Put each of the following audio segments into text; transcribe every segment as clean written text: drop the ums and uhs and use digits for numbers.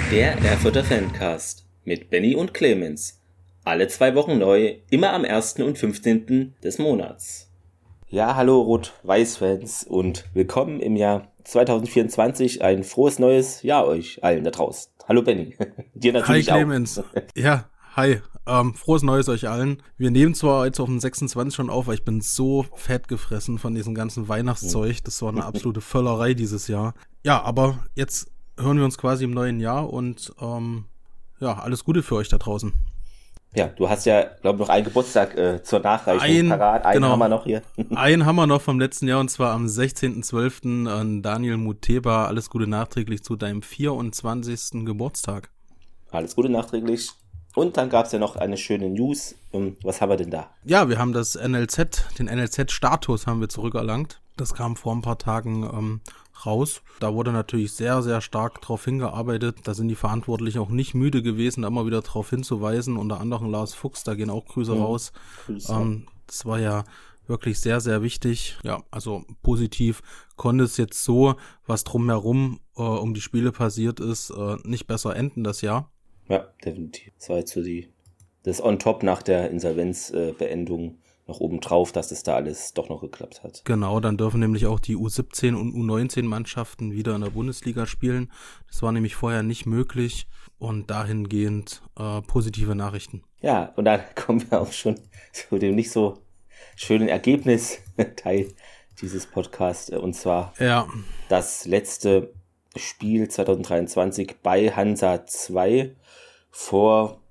Der Erfurter Fancast mit Benny und Clemens. Alle 2 Wochen neu, immer am 1. und 15. des Monats. Ja, hallo Rot-Weiß-Fans und willkommen im Jahr 2024. Ein frohes neues Jahr euch allen da draußen. Hallo Benny. Dir natürlich auch. Hi Clemens. Ja, hi. Frohes Neues euch allen. Wir nehmen zwar jetzt auf dem 26 schon auf, weil ich bin so fett gefressen von diesem ganzen Weihnachtszeug. Das war eine absolute Völlerei dieses Jahr. Ja, aber jetzt hören wir uns quasi im neuen Jahr und alles Gute für euch da draußen. Ja, du hast ja, glaube ich, noch einen Geburtstag zur Nachreichung parat. Einen haben wir noch hier. Einen haben wir noch vom letzten Jahr und zwar am 16.12. an Daniel Muteba. Alles Gute nachträglich zu deinem 24. Geburtstag. Alles Gute nachträglich. Und dann gab es ja noch eine schöne News. Was haben wir denn da? Ja, wir haben den NLZ-Status haben wir zurückerlangt. Das kam vor ein paar Tagen raus. Da wurde natürlich sehr, sehr stark drauf hingearbeitet. Da sind die Verantwortlichen auch nicht müde gewesen, immer wieder darauf hinzuweisen. Unter anderem Lars Fuchs, da gehen auch Grüße raus. Das war ja wirklich sehr, sehr wichtig. Ja, also positiv konnte es jetzt so, was drumherum um die Spiele passiert ist, nicht besser enden das Jahr. Ja, definitiv. Das war jetzt so das On-Top nach der Insolvenzbeendung noch oben drauf, dass das da alles doch noch geklappt hat. Genau, dann dürfen nämlich auch die U17 und U19-Mannschaften wieder in der Bundesliga spielen. Das war nämlich vorher nicht möglich und dahingehend positive Nachrichten. Ja, und dann kommen wir auch schon zu dem nicht so schönen Ergebnisteil dieses Podcasts, und zwar das letzte Spiel 2023 bei Hansa 2 vor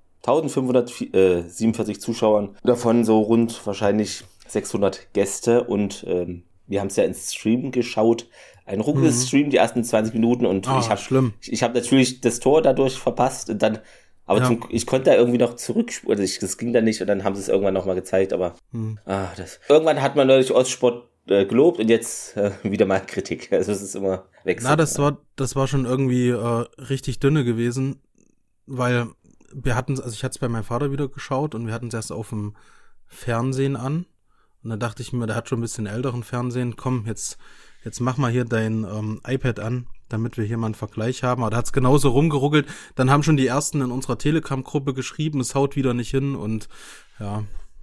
1547 Zuschauern, davon so rund wahrscheinlich 600 Gäste, und wir haben es ja ins Stream geschaut, ein ruckliges Stream, die ersten 20 Minuten, und ich habe natürlich das Tor dadurch verpasst, und dann, aber ich konnte da irgendwie noch zurückspulen, das ging dann nicht, und dann haben sie es irgendwann nochmal gezeigt, aber irgendwann hat man neulich Ostsport gelobt und jetzt wieder mal Kritik, also es ist immer wechselnd. Das war schon irgendwie richtig dünne gewesen, weil ich hatte es bei meinem Vater wieder geschaut und wir hatten es erst auf dem Fernsehen an. Und dann dachte ich mir, der hat schon ein bisschen älteren Fernsehen. Komm, jetzt mach mal hier dein iPad an, damit wir hier mal einen Vergleich haben. Aber da hat es genauso rumgeruckelt. Dann haben schon die Ersten in unserer Telegram-Gruppe geschrieben, es haut wieder nicht hin und ja.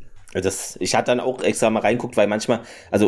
Ich hatte dann auch extra mal reinguckt, weil manchmal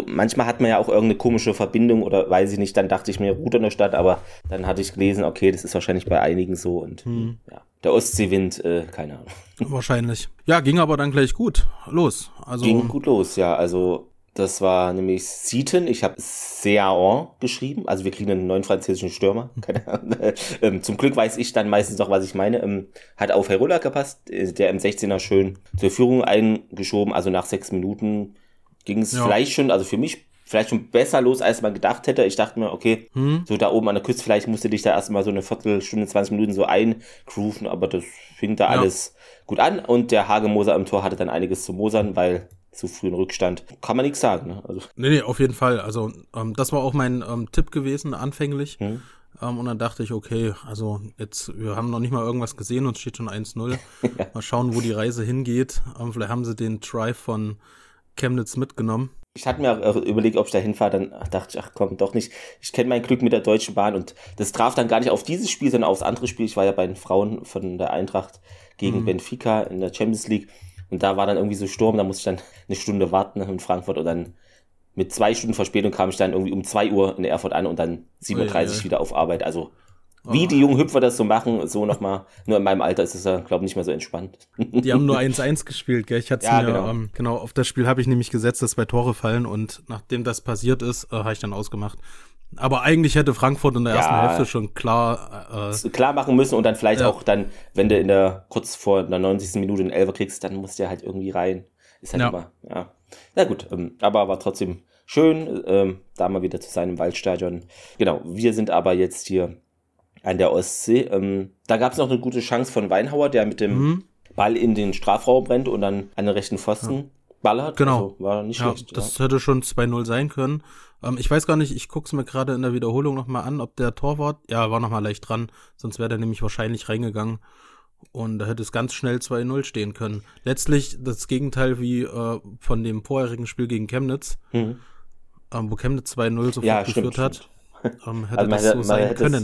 hat man ja auch irgendeine komische Verbindung oder weiß ich nicht, dann dachte ich mir, Ruhe in der Stadt, aber dann hatte ich gelesen, okay, das ist wahrscheinlich bei einigen so, und der Ostseewind, keine Ahnung. Wahrscheinlich. Ja, ging aber dann gleich gut los. Ging gut los, ja, also das war nämlich Seaton, ich habe Seaon geschrieben, also wir kriegen einen neuen französischen Stürmer, keine Ahnung. Zum Glück weiß ich dann meistens noch, was ich meine. Hat auf Herola gepasst, der im 16er schön zur Führung eingeschoben, also nach 6 Minuten ging es vielleicht schon, also für mich vielleicht schon besser los, als man gedacht hätte. Ich dachte mir, okay, so da oben an der Küste, vielleicht musste dich da erstmal so eine Viertelstunde, 20 Minuten so eingrooven, aber das fing da alles gut an, und der Hagemoser am Tor hatte dann einiges zu mosern, weil zu frühen Rückstand, kann man nichts sagen. Ne? Also. Nee, auf jeden Fall. Also das war auch mein Tipp gewesen, anfänglich. Und dann dachte ich, okay, also wir haben noch nicht mal irgendwas gesehen, uns steht schon 1-0. Mal schauen, wo die Reise hingeht. Vielleicht haben sie den Drive von Chemnitz mitgenommen. Ich hatte mir auch überlegt, ob ich da hinfahre, dann dachte ich, ach komm, doch nicht. Ich kenne mein Glück mit der Deutschen Bahn, und das traf dann gar nicht auf dieses Spiel, sondern aufs andere Spiel. Ich war ja bei den Frauen von der Eintracht gegen Benfica in der Champions League. Und da war dann irgendwie so Sturm, da musste ich dann eine Stunde warten in Frankfurt, und dann mit 2 Stunden Verspätung kam ich dann irgendwie um 2 Uhr in Erfurt an und dann 7:30 Uhr wieder auf Arbeit. Also wie die jungen Hüpfer das so machen, so nochmal, nur in meinem Alter ist es ja, glaube ich, nicht mehr so entspannt. Die haben nur 1-1 gespielt, gell? Genau, auf das Spiel habe ich nämlich gesetzt, dass 2 Tore fallen, und nachdem das passiert ist, habe ich dann ausgemacht. Aber eigentlich hätte Frankfurt in der ersten Hälfte schon klar machen müssen, und dann vielleicht auch dann, wenn du kurz vor der 90. Minute einen Elfer kriegst, dann musst du halt irgendwie rein. Ist halt immer, na gut, aber war trotzdem schön, da mal wieder zu sein im Waldstadion. Genau, wir sind aber jetzt hier an der Ostsee. Da gab es noch eine gute Chance von Weinhauer, der mit dem Ball in den Strafraum brennt und dann an den rechten Pfosten ballert. Genau. Also war nicht schlecht. Das hätte schon 2-0 sein können. Ich weiß gar nicht, ich gucke es mir gerade in der Wiederholung nochmal an, ob der Torwart, war nochmal leicht dran, sonst wäre der nämlich wahrscheinlich reingegangen. Und da hätte es ganz schnell 2-0 stehen können. Letztlich das Gegenteil wie von dem vorherigen Spiel gegen Chemnitz, wo Chemnitz 2-0 sofort geführt hat. Hätte das so sein können.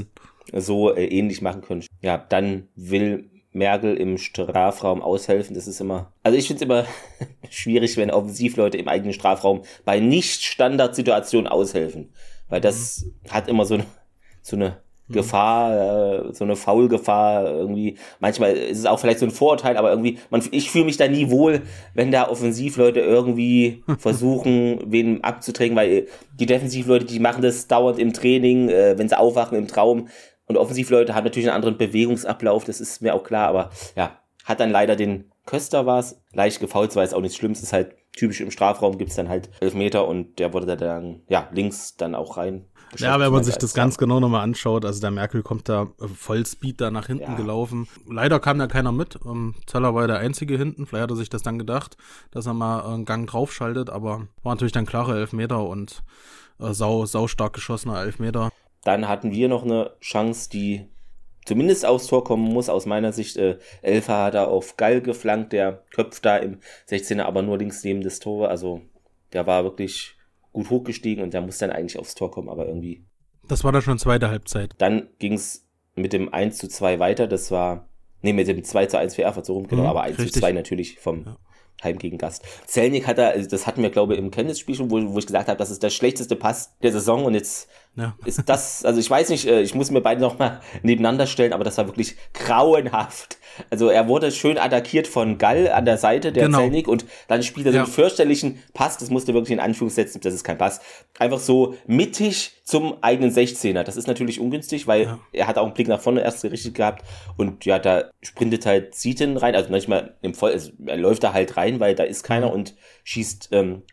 so ähnlich machen können. Ja, dann will Merkel im Strafraum aushelfen. Das ist immer, also ich finde es immer schwierig, wenn Offensivleute im eigenen Strafraum bei Nicht-Standard-Situationen aushelfen. Weil das hat immer so eine Gefahr, so eine Foul-Gefahr irgendwie. Manchmal ist es auch vielleicht so ein Vorurteil, aber irgendwie, ich fühle mich da nie wohl, wenn da Offensivleute irgendwie versuchen, wen abzudrängen, weil die Defensivleute, die machen das dauernd im Training, wenn sie aufwachen im Traum. Und Offensivleute haben natürlich einen anderen Bewegungsablauf, das ist mir auch klar, aber ja, hat dann leider den Köster war's, leicht gefoult, war jetzt auch nichts Schlimmes, ist halt typisch im Strafraum, gibt's dann halt 11 Meter und der wurde dann, ja, links dann auch rein. Ja, wenn man sich das ganz genau nochmal anschaut, also der Merkel kommt da Vollspeed da nach hinten gelaufen. Leider kam da keiner mit, Zöller war der Einzige hinten, vielleicht hat er sich das dann gedacht, dass er mal einen Gang draufschaltet, aber war natürlich dann klare 11 Meter und sau stark geschossener 11 Meter. Dann hatten wir noch eine Chance, die zumindest aufs Tor kommen muss, aus meiner Sicht. Elfer hat da auf Gall geflankt, der köpft da im 16er, aber nur links neben das Tor. Also der war wirklich gut hochgestiegen und der muss dann eigentlich aufs Tor kommen, aber irgendwie. Das war dann schon zweite Halbzeit. Dann ging es mit dem 1:2 weiter, das war, mit dem 2:1 für Erfurt so rum, genau, aber 1:2 natürlich vom Heim gegen Gast. Zelnik hat das hatten wir, glaube ich, im Kenntnisspiel schon, wo ich gesagt habe, das ist der schlechteste Pass der Saison und jetzt ist das, also ich weiß nicht, ich muss mir beide nochmal nebeneinander stellen, aber das war wirklich grauenhaft. Also er wurde schön attackiert von Gall an der Seite, der Zelnik, und dann spielt er so einen fürchterlichen Pass, das musste wirklich in Anführungszeichen, das ist kein Pass, einfach so mittig zum eigenen 16er. Das ist natürlich ungünstig, weil er hat auch einen Blick nach vorne erst gerichtet gehabt und ja, da sprintet halt Sieten rein, also manchmal er läuft da halt rein, weil da ist keiner und schießt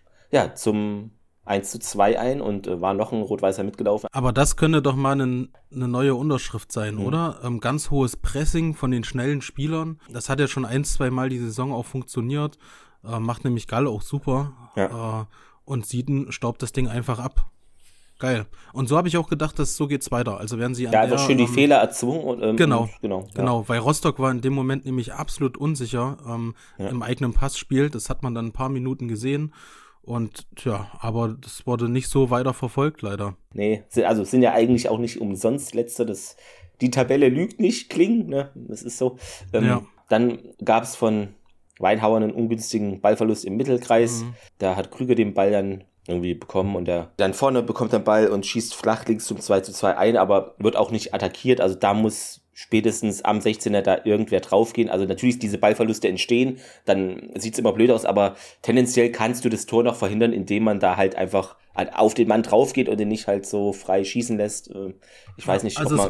zum 1:2 ein und war noch ein Rot-Weißer mitgelaufen. Aber das könnte doch mal eine neue Unterschrift sein, oder? Ganz hohes Pressing von den schnellen Spielern. Das hat ja schon 1-2 Mal die Saison auch funktioniert. Macht nämlich Gall auch super. Ja. Und Sieden staubt das Ding einfach ab. Geil. Und so habe ich auch gedacht, dass so geht's weiter. Also werden sie einfach schön die Fehler erzwungen. Und, genau, weil Rostock war in dem Moment nämlich absolut unsicher im eigenen Passspiel. Das hat man dann ein paar Minuten gesehen. Und aber das wurde nicht so weiter verfolgt, leider. Nee, also sind ja eigentlich auch nicht umsonst Letzte. Die Tabelle lügt nicht, Kling, ne? Das ist so. Dann gab es von Weinhauer einen ungünstigen Ballverlust im Mittelkreis. Da hat Krüger den Ball dann irgendwie bekommen und der dann vorne bekommt den Ball und schießt flach links zum 2:2 ein, aber wird auch nicht attackiert. Also da muss spätestens am 16er da irgendwer draufgehen. Also natürlich diese Ballverluste entstehen, dann sieht's immer blöd aus, aber tendenziell kannst du das Tor noch verhindern, indem man da halt einfach auf den Mann drauf geht und den nicht halt so frei schießen lässt. Ich weiß nicht, also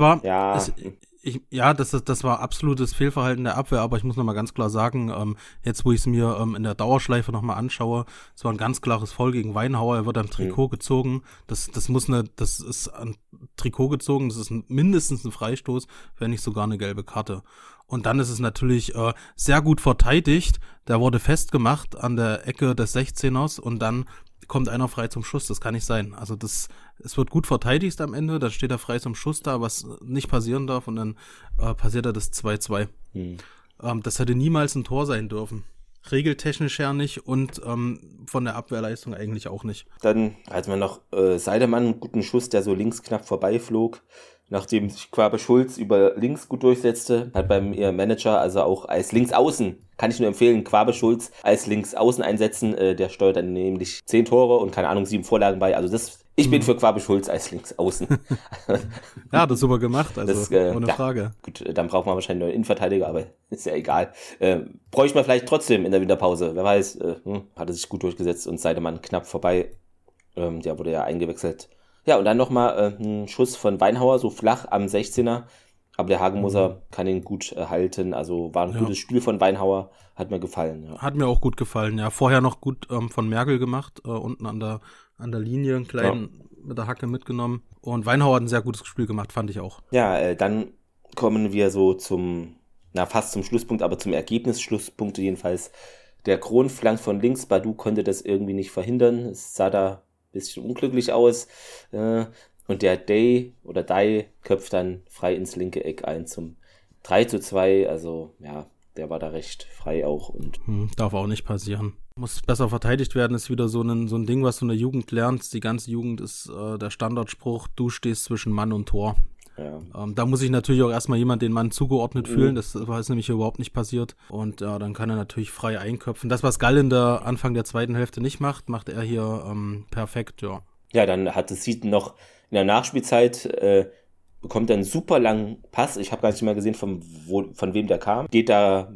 das war absolutes Fehlverhalten der Abwehr, aber ich muss nochmal ganz klar sagen, jetzt wo ich es mir in der Dauerschleife nochmal anschaue, es war ein ganz klares Foul gegen Weinhauer, er wird am Trikot gezogen, das ist ein Trikot gezogen, das ist mindestens ein Freistoß, wenn nicht sogar eine gelbe Karte. Und dann ist es natürlich sehr gut verteidigt, der wurde festgemacht an der Ecke des 16ers und dann kommt einer frei zum Schuss, das kann nicht sein. Also es wird gut verteidigt am Ende, da steht er frei zum Schuss da, was nicht passieren darf und dann passiert er das 2:2. Das hätte niemals ein Tor sein dürfen. Regeltechnisch her nicht und von der Abwehrleistung eigentlich auch nicht. Dann hatten wir noch Seidemann, einen guten Schuss, der so links knapp vorbeiflog. Nachdem sich Quabe Schulz über links gut durchsetzte, hat beim ihr Manager, also auch als Linksaußen, kann ich nur empfehlen, Quabe Schulz als Linksaußen einsetzen. Der steuert dann nämlich 10 Tore und 7 Vorlagen bei. Also ich bin für Quabe Schulz als Linksaußen. Ja, das ist super gemacht, also ohne Frage. Gut, dann braucht man wahrscheinlich einen neuen Innenverteidiger, aber ist ja egal. Bräuchte man vielleicht trotzdem in der Winterpause. Wer weiß, hat er sich gut durchgesetzt und Seidemann knapp vorbei. Der wurde ja eingewechselt. Ja, und dann nochmal ein Schuss von Weinhauer, so flach am 16er. Aber der Hagenmoser kann ihn gut halten. Also war ein gutes Spiel von Weinhauer. Hat mir gefallen. Ja. Hat mir auch gut gefallen, ja. Vorher noch gut von Merkel gemacht. Unten an der Linie, einen kleinen mit der Hacke mitgenommen. Und Weinhauer hat ein sehr gutes Spiel gemacht, fand ich auch. Ja, dann kommen wir so fast zum Schlusspunkt, aber zum Ergebnisschlusspunkt jedenfalls. Der Kron flankt von links. Badu konnte das irgendwie nicht verhindern. Es sah da bisschen unglücklich aus. Und der Day köpft dann frei ins linke Eck ein zum 3:2. Also, ja, der war da recht frei auch. Und darf auch nicht passieren. Muss besser verteidigt werden, ist wieder so ein Ding, was du in der Jugend lernst. Die ganze Jugend ist der Standardspruch, du stehst zwischen Mann und Tor. Da muss sich natürlich auch erstmal jemand den Mann zugeordnet fühlen. Das ist nämlich überhaupt nicht passiert. Und dann kann er natürlich frei einköpfen. Das, was Gall in der Anfang der zweiten Hälfte nicht macht, macht er hier perfekt, ja. Ja, dann hatte Seaton noch in der Nachspielzeit, bekommt er einen super langen Pass. Ich habe gar nicht mehr gesehen, von wem der kam. Geht da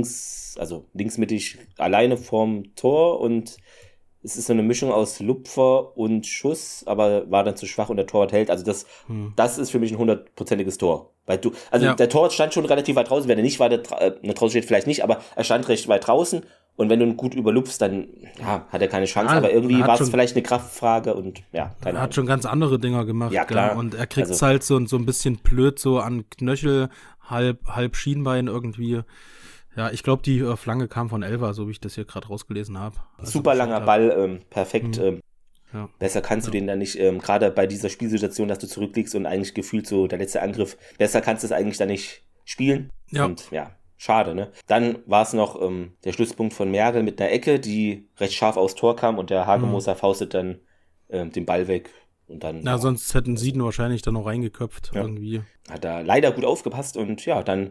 linksmittig alleine vorm Tor und es ist so eine Mischung aus Lupfer und Schuss, aber war dann zu schwach und der Torwart hält. Also das ist für mich ein 100%iges Tor. Weil der Torwart stand schon relativ weit draußen. Wenn er nicht weiter draußen steht, vielleicht nicht, aber er stand recht weit draußen. Und wenn du ihn gut überlupfst, dann hat er keine Chance. Aber irgendwie war es vielleicht eine Kraftfrage und keine Ahnung. Er hat schon ganz andere Dinger gemacht. Ja, klar. Und er kriegt es halt so ein bisschen blöd so an Knöchel, halb Schienbein irgendwie. Ja, ich glaube, die Flanke kam von Elva, so wie ich das hier gerade rausgelesen habe. Also super langer Ball, perfekt. Besser kannst du den dann nicht, gerade bei dieser Spielsituation, dass du zurückliegst und eigentlich gefühlt so der letzte Angriff, besser kannst du es eigentlich dann nicht spielen. Ja. Und schade, ne? Dann war es noch der Schlusspunkt von Merkel mit einer Ecke, die recht scharf aufs Tor kam und der Hagemoser faustet dann den Ball weg. Und dann, sonst hätten Sieden wahrscheinlich dann noch reingeköpft irgendwie. Hat er leider gut aufgepasst und dann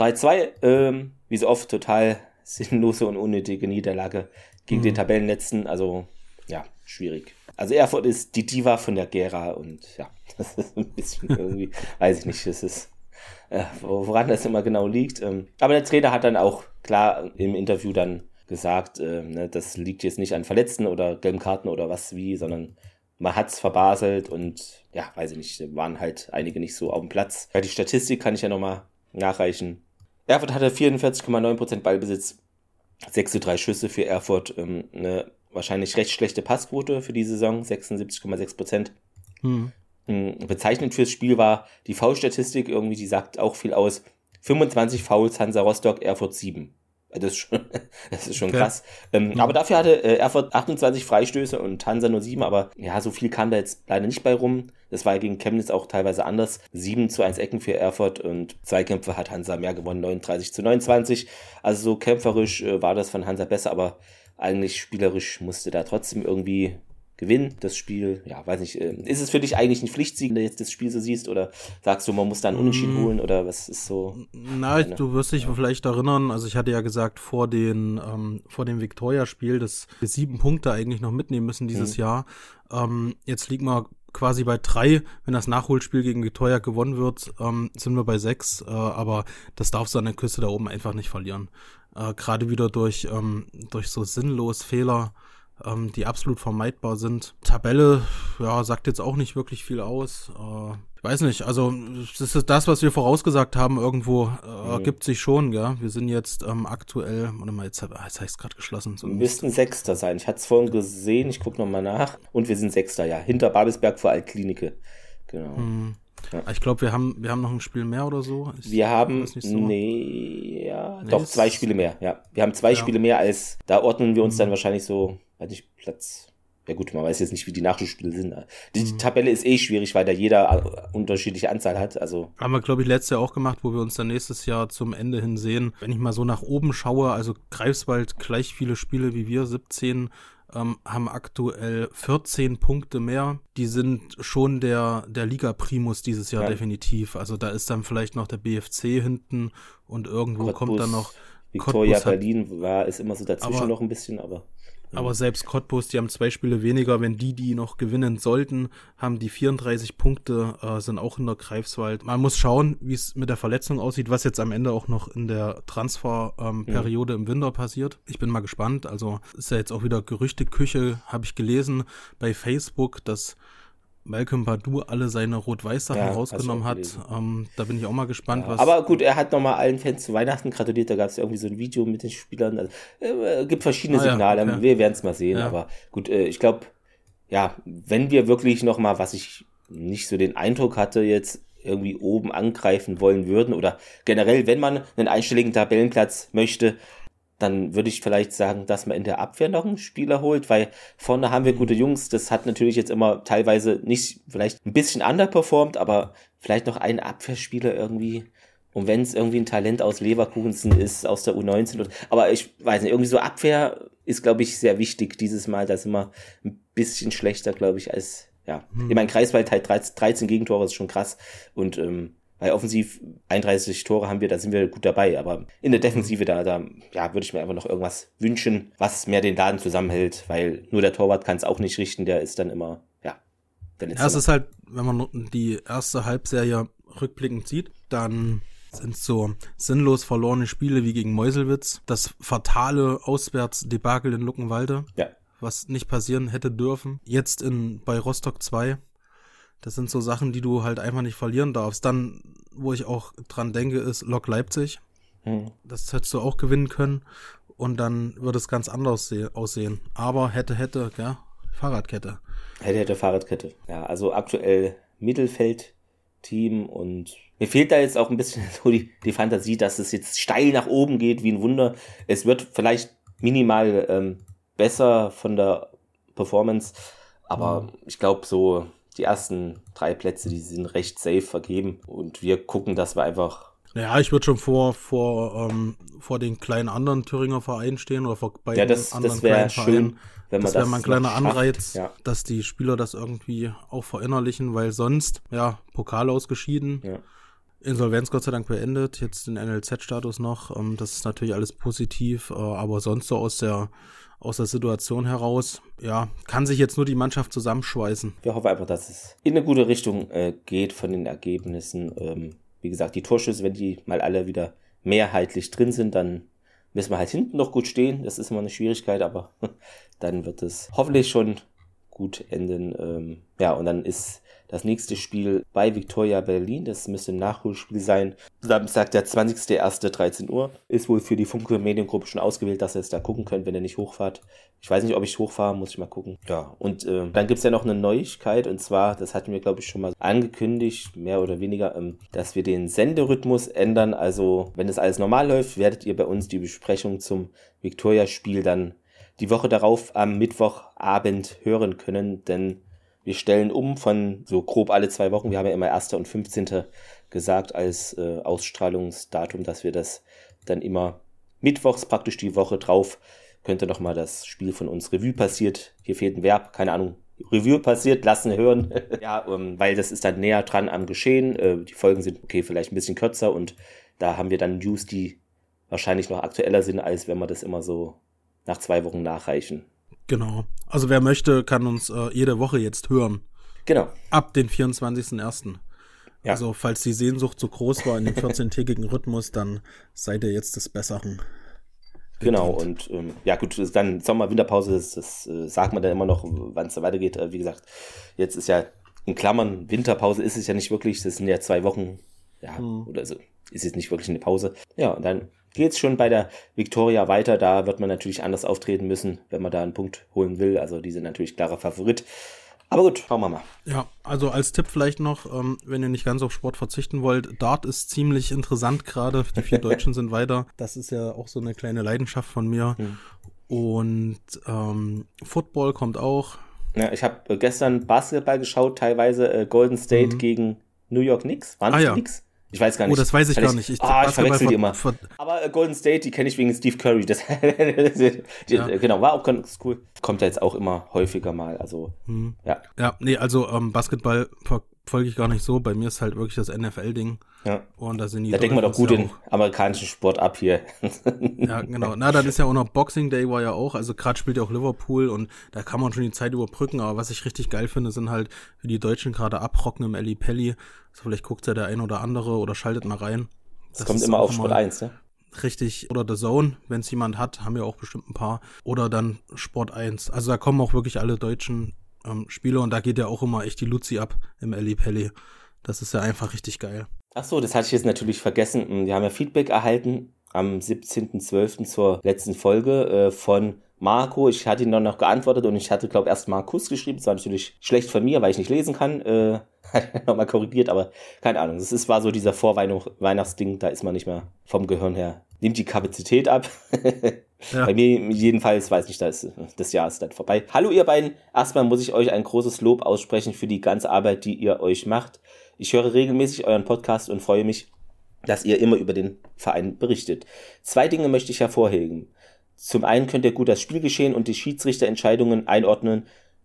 3-2, wie so oft total sinnlose und unnötige Niederlage gegen den Tabellenletzten, also schwierig. Also Erfurt ist die Diva von der Gera und das ist ein bisschen irgendwie, weiß ich nicht, das ist, woran das immer genau liegt. Aber der Trainer hat dann auch klar im Interview dann gesagt, das liegt jetzt nicht an Verletzten oder gelben Karten oder sondern man hat's verbaselt und weiß ich nicht, waren halt einige nicht so auf dem Platz. Die Statistik kann ich ja nochmal nachreichen. Erfurt hatte 44,9% Ballbesitz, 6:3 Schüsse für Erfurt, eine wahrscheinlich recht schlechte Passquote für die Saison, 76,6%. Bezeichnend fürs Spiel war die Foulstatistik irgendwie, die sagt auch viel aus. 25 Fouls, Hansa Rostock, Erfurt 7. Das ist schon krass. Aber dafür hatte Erfurt 28 Freistöße und Hansa nur 7, aber so viel kam da jetzt leider nicht bei rum. Das war gegen Chemnitz auch teilweise anders. 7:1 Ecken für Erfurt und Zweikämpfe hat Hansa mehr gewonnen, 39:29. Also so kämpferisch war das von Hansa besser, aber eigentlich spielerisch musste da trotzdem irgendwie gewinnen, das Spiel. Weiß nicht, ist es für dich eigentlich ein Pflichtsieg, wenn du jetzt das Spiel so siehst, oder sagst du, man muss da einen Unentschieden holen, oder was ist so? Du wirst dich vielleicht erinnern, also ich hatte ja gesagt, vor dem Viktoria-Spiel, dass wir 7 Punkte eigentlich noch mitnehmen müssen dieses Jahr. Jetzt liegen wir quasi bei 3, wenn das Nachholspiel gegen Viktoria gewonnen wird, sind wir bei 6, aber das darfst du an der Küste da oben einfach nicht verlieren. Gerade wieder durch so sinnlos Fehler, die absolut vermeidbar sind. Tabelle, sagt jetzt auch nicht wirklich viel aus. Ich weiß nicht, also das ist das, was wir vorausgesagt haben, irgendwo ergibt sich schon, gell? Wir sind jetzt aktuell, jetzt habe ich es gerade geschlossen. Wir müssten Sechster sein. Ich hatte es vorhin gesehen, ich gucke nochmal nach. Und wir sind Sechster, hinter Babelsberg vor Altklinike. Genau. Ich glaube, wir haben noch ein Spiel mehr oder so. Wir haben, doch 2 Spiele mehr, Wir haben 2 Spiele mehr da ordnen wir uns dann wahrscheinlich so, Platz, gut, man weiß jetzt nicht, wie die Nachspiele sind. Die Tabelle ist schwierig, weil da jeder unterschiedliche Anzahl hat, also. Haben wir, glaube ich, letztes Jahr auch gemacht, wo wir uns dann nächstes Jahr zum Ende hin sehen. Wenn ich mal so nach oben schaue, also Greifswald gleich viele Spiele wie wir, 17, haben aktuell 14 Punkte mehr. Die sind schon der Liga-Primus dieses Jahr definitiv. Also da ist dann vielleicht noch der BFC hinten und irgendwo Cottbus, kommt dann noch Viktoria Berlin ist immer so dazwischen noch ein bisschen, aber Aber selbst Cottbus, die haben 2 Spiele weniger. Wenn die noch gewinnen sollten, haben die 34 Punkte, sind auch in der Greifswald. Man muss schauen, wie es mit der Verletzung aussieht, was jetzt am Ende auch noch in der Transferperiode im Winter passiert. Ich bin mal gespannt. Also ist ja jetzt auch wieder Gerüchteküche, habe ich gelesen bei Facebook, dass Malcolm Pardue alle seine Rot-Weiß-Sachen rausgenommen hat. Da bin ich auch mal gespannt, was. Aber gut, er hat nochmal allen Fans zu Weihnachten gratuliert. Da gab es irgendwie so ein Video mit den Spielern. Also, gibt verschiedene Signale. Okay. Wir werden es mal sehen. Ja. Aber gut, ich glaube, wenn wir wirklich nochmal, was ich nicht so den Eindruck hatte, jetzt irgendwie oben angreifen wollen würden oder generell, wenn man einen einstelligen Tabellenplatz möchte, dann würde ich vielleicht sagen, dass man in der Abwehr noch einen Spieler holt, weil vorne haben wir gute Jungs, das hat natürlich jetzt immer teilweise nicht, vielleicht ein bisschen underperformed, aber vielleicht noch einen Abwehrspieler irgendwie, und wenn es irgendwie ein Talent aus Leverkusen ist, aus der U19, aber ich weiß nicht, irgendwie so Abwehr ist, glaube ich, sehr wichtig dieses Mal, da sind wir ein bisschen schlechter, glaube ich, als ja. Ich meine, Greifswald halt 13 Gegentore ist schon krass und bei offensiv 31 Tore haben wir, da sind wir gut dabei, aber in der Defensive da ja, würde ich mir einfach noch irgendwas wünschen, was mehr den Laden zusammenhält, weil nur der Torwart kann es auch nicht richten, der ist dann immer, ja, der letzte. Ja, es ist halt, wenn man die erste Halbserie rückblickend sieht, dann sind so sinnlos verlorene Spiele wie gegen Meuselwitz, das fatale Auswärtsdebakel in Luckenwalde, ja, was nicht passieren hätte dürfen. Jetzt bei Rostock 2, das sind so Sachen, die du halt einfach nicht verlieren darfst. Dann, wo ich auch dran denke, ist Lok Leipzig. Das hättest du auch gewinnen können und dann würde es ganz anders aussehen. Aber hätte, gell? Fahrradkette. Hätte, Fahrradkette. Ja, also aktuell Mittelfeldteam und mir fehlt da jetzt auch ein bisschen so die Fantasie, dass es jetzt steil nach oben geht, wie ein Wunder. Es wird vielleicht minimal besser von der Performance, aber ich glaube so, die ersten 3 Plätze, die sind recht safe vergeben und wir gucken, dass wir einfach... Ja, ich würde schon vor den kleinen anderen Thüringer Vereinen stehen oder vor beiden anderen kleinen Vereinen. Wenn das wäre mal ein kleiner Anreiz, ja, dass die Spieler das irgendwie auch verinnerlichen, weil sonst, ja, Pokal ausgeschieden, ja, Insolvenz Gott sei Dank beendet, jetzt den NLZ-Status noch, das ist natürlich alles positiv, aber sonst so aus der Situation heraus, ja, kann sich jetzt nur die Mannschaft zusammenschweißen. Wir hoffen einfach, dass es in eine gute Richtung geht von den Ergebnissen. Wie gesagt, die Torschüsse, wenn die mal alle wieder mehrheitlich drin sind, dann müssen wir halt hinten noch gut stehen. Das ist immer eine Schwierigkeit, aber dann wird es hoffentlich schon gut enden. Ja, und dann ist das nächste Spiel bei Viktoria Berlin. Das müsste ein Nachholspiel sein. Samstag, der 20.01. 13 Uhr. Ist wohl für die Funke Mediengruppe schon ausgewählt, dass ihr es da gucken könnt, wenn ihr nicht hochfahrt. Ich weiß nicht, ob ich hochfahre, muss ich mal gucken. Ja, und dann gibt's ja noch eine Neuigkeit. Und zwar, das hatten wir, glaube ich, schon mal angekündigt, mehr oder weniger, dass wir den Senderhythmus ändern. Also, wenn es alles normal läuft, werdet ihr bei uns die Besprechung zum Viktoria-Spiel dann die Woche darauf am Mittwochabend hören können, denn wir stellen um von so grob alle 2 Wochen. Wir haben ja immer 1. und 15. gesagt als Ausstrahlungsdatum, dass wir das dann immer mittwochs praktisch die Woche drauf könnte nochmal das Spiel von uns Revue passiert. Hier fehlt ein Verb, keine Ahnung. Revue passiert, lassen hören. Ja, weil das ist dann näher dran am Geschehen. Die Folgen sind okay, vielleicht ein bisschen kürzer und da haben wir dann News, die wahrscheinlich noch aktueller sind, als wenn wir das immer so nach 2 Wochen nachreichen. Genau. Also wer möchte, kann uns jede Woche jetzt hören. Genau. Ab den 24.01. Ja. Also falls die Sehnsucht so groß war in dem 14-tägigen Rhythmus, dann seid ihr jetzt des Besseren. Genau, und ja gut, dann Sommer-Winterpause, das sagt man dann immer noch, wann es da weitergeht. Wie gesagt, jetzt ist ja in Klammern, Winterpause ist es ja nicht wirklich, das sind ja 2 Wochen, ja, oder so, ist jetzt nicht wirklich eine Pause. Ja, und dann geht's schon bei der Viktoria weiter, da wird man natürlich anders auftreten müssen, wenn man da einen Punkt holen will, also die sind natürlich klarer Favorit. Aber gut, schauen wir mal. Ja, also als Tipp vielleicht noch, wenn ihr nicht ganz auf Sport verzichten wollt, Dart ist ziemlich interessant gerade, die 4 Deutschen sind weiter. Das ist ja auch so eine kleine Leidenschaft von mir. Und Football kommt auch. Ja, ich habe gestern Basketball geschaut, teilweise Golden State gegen New York Knicks. Waren das Knicks? Ich weiß gar nicht. Oh, das weiß ich gar nicht. Ich verwechsel die immer. Aber Golden State, die kenne ich wegen Steve Curry. Genau, war auch ganz cool. Kommt ja jetzt auch immer häufiger mal. Also, ja. Ja, nee, also Basketball verfolge ich gar nicht so. Bei mir ist halt wirklich das NFL-Ding. Ja. Und da sind die. Da denkt man doch gut den amerikanischen Sport ab hier. Ja, genau. Na, dann ist ja auch noch Boxing Day war ja auch. Also gerade spielt ja auch Liverpool und da kann man schon die Zeit überbrücken. Aber was ich richtig geil finde, sind halt, wie die Deutschen gerade abrocken im Eli Pelli. Also vielleicht guckt ja der ein oder andere oder schaltet mal rein. Das kommt immer auf Sport 1, ne? Richtig. Oder The Zone, wenn es jemand hat, haben wir auch bestimmt ein paar. Oder dann Sport 1. Also da kommen auch wirklich alle deutschen Spieler und da geht ja auch immer echt die Luzi ab im Eli Pelli. Das ist ja einfach richtig geil. Ach so, das hatte ich jetzt natürlich vergessen. Wir haben ja Feedback erhalten am 17.12. zur letzten Folge von Marco. Ich hatte ihn dann noch geantwortet und ich hatte, glaube ich, erst Markus geschrieben. Das war natürlich schlecht von mir, weil ich nicht lesen kann. Hat er nochmal korrigiert, aber keine Ahnung. War so dieser Vorweihnachtsding, da ist man nicht mehr vom Gehirn her. Nimmt die Kapazität ab. Ja. Bei mir jedenfalls, weiß nicht, das Jahr ist dann vorbei. Hallo ihr beiden. Erstmal muss ich euch ein großes Lob aussprechen für die ganze Arbeit, die ihr euch macht. Ich höre regelmäßig euren Podcast und freue mich, dass ihr immer über den Verein berichtet. 2 Dinge möchte ich hervorheben. Zum einen könnt ihr gut das Spielgeschehen und die Schiedsrichterentscheidungen einordnen.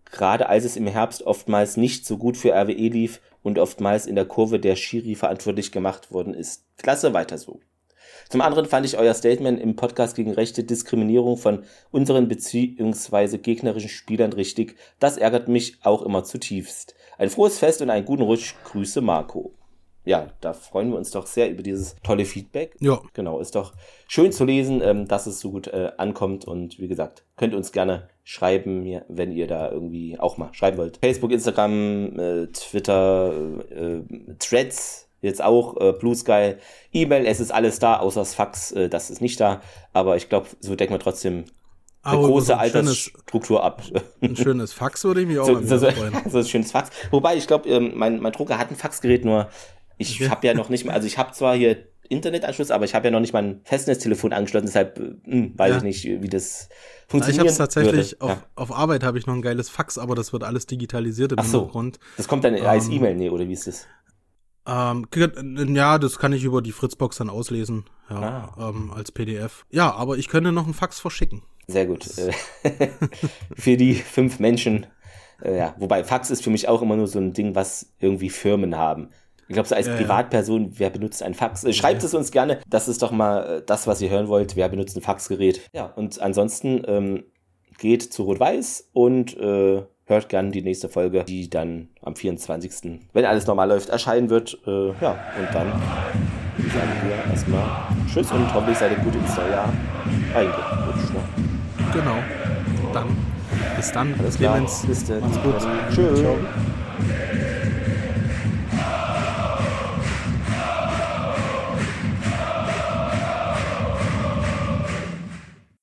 gerade als es im Herbst oftmals nicht so gut für RWE lief und oftmals in der Kurve der Schiri verantwortlich gemacht worden ist. Klasse, weiter so. Zum anderen fand ich euer Statement im Podcast gegen rechte Diskriminierung von unseren bzw. gegnerischen Spielern richtig. Das ärgert mich auch immer zutiefst. Ein frohes Fest und einen guten Rutsch. Grüße, Marco. Ja, da freuen wir uns doch sehr über dieses tolle Feedback. Ja. Genau, ist doch schön zu lesen, dass es so gut ankommt. Und wie gesagt, könnt uns gerne schreiben, wenn ihr da irgendwie auch mal schreiben wollt. Facebook, Instagram, Twitter, Threads, jetzt auch, Blue Sky, E-Mail, es ist alles da, außer das Fax, das ist nicht da. Aber ich glaube, so decken wir trotzdem eine große Altersstruktur ab. Ein schönes Fax würde ich mich auch freuen. So ein schönes Fax. Wobei, ich glaube, mein Drucker hat ein Faxgerät, nur ich habe ja noch nicht mal, also ich habe zwar hier Internetanschluss, aber ich habe ja noch nicht mal ein Festnetztelefon angeschlossen, deshalb weiß ich nicht, wie das funktioniert. Ich habe es tatsächlich, auf Arbeit habe ich noch ein geiles Fax, aber das wird alles digitalisiert im Hintergrund. Das kommt dann als E-Mail, oder wie ist das? Ja, das kann ich über die Fritzbox dann auslesen, als PDF. Ja, aber ich könnte noch einen Fax verschicken. Sehr gut. Für die 5 Menschen. Wobei Fax ist für mich auch immer nur so ein Ding, was irgendwie Firmen haben. Ich glaube, so als Privatperson, wer benutzt ein Fax? Schreibt es uns gerne. Das ist doch mal das, was ihr hören wollt. Wer benutzt ein Faxgerät? Ja, und ansonsten geht zu Rot-Weiß und hört gerne die nächste Folge, die dann am 24., wenn alles normal läuft, erscheinen wird. Und dann sagen wir erstmal Tschüss und hoffentlich seid ihr gut ins neue Jahr reingerutscht. Genau. Dann, bis dann. Alles klar. Bis dann. Macht's gut. Tschüss. Ciao.